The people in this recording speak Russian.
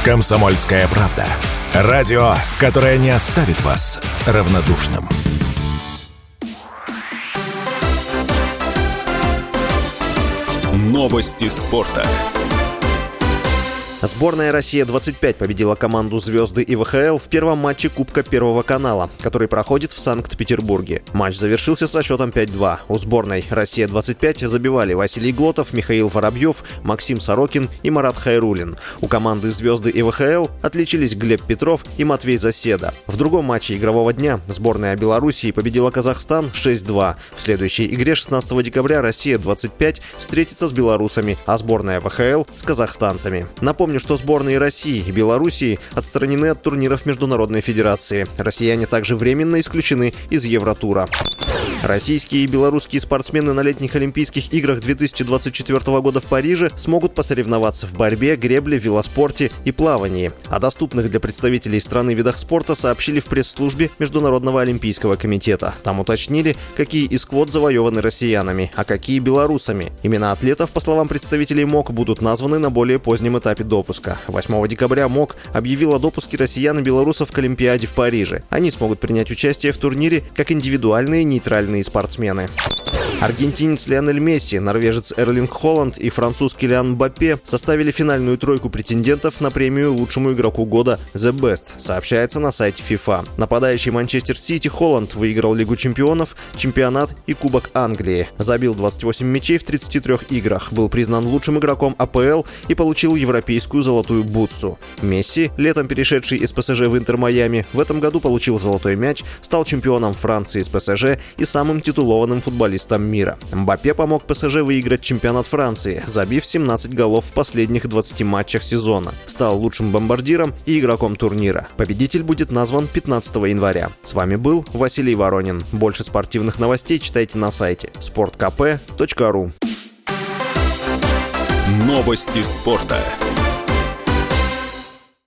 «Комсомольская правда». Радио, которое не оставит вас равнодушным. Новости спорта. Сборная «Россия-25» победила команду «Звезды» и ВХЛ в первом матче Кубка Первого канала, который проходит в Санкт-Петербурге. Матч завершился со счетом 5-2. У сборной «Россия-25» забивали Василий Глотов, Михаил Воробьев, Максим Сорокин и Марат Хайруллин. У команды «Звезды» и ВХЛ отличились Глеб Петров и Матвей Заседа. В другом матче игрового дня сборная Белоруссии победила Казахстан 6-2. В следующей игре 16 декабря «Россия-25» встретится с белорусами, а сборная ВХЛ с казахстанцами. Напомню, что сборные России и Белоруссии отстранены от турниров Международной Федерации. Россияне также временно исключены из Евротура. Российские и белорусские спортсмены на летних Олимпийских играх 2024 года в Париже смогут посоревноваться в борьбе, гребле, велоспорте и плавании. О доступных для представителей страны видах спорта сообщили в пресс-службе Международного олимпийского комитета. Там уточнили, какие из квот завоеваны россиянами, а какие белорусами. Имена атлетов, по словам представителей МОК, будут названы на более позднем этапе допуска. 8 декабря МОК объявил о допуске россиян и белорусов к Олимпиаде в Париже. Они смогут принять участие в турнире как индивидуальные нейтральные спортсмены. Аргентинец Лионель Месси, норвежец Эрлинг Холланд и француз Килиан Мбаппе составили финальную тройку претендентов на премию лучшему игроку года The Best, сообщается на сайте FIFA. Нападающий Манчестер Сити Холланд выиграл Лигу чемпионов, чемпионат и Кубок Англии. Забил 28 мячей в 33 играх, был признан лучшим игроком АПЛ и получил европейскую золотую бутсу. Месси, летом перешедший из ПСЖ в Интер Майами, в этом году получил золотой мяч, стал чемпионом Франции с ПСЖ и самым титулованным футболистом мира. Мбаппе помог ПСЖ выиграть чемпионат Франции, забив 17 голов в последних 20 матчах сезона. Стал лучшим бомбардиром и игроком турнира. Победитель будет назван 15 января. С вами был Василий Воронин. Больше спортивных новостей читайте на сайте sportkp.ru. Новости спорта.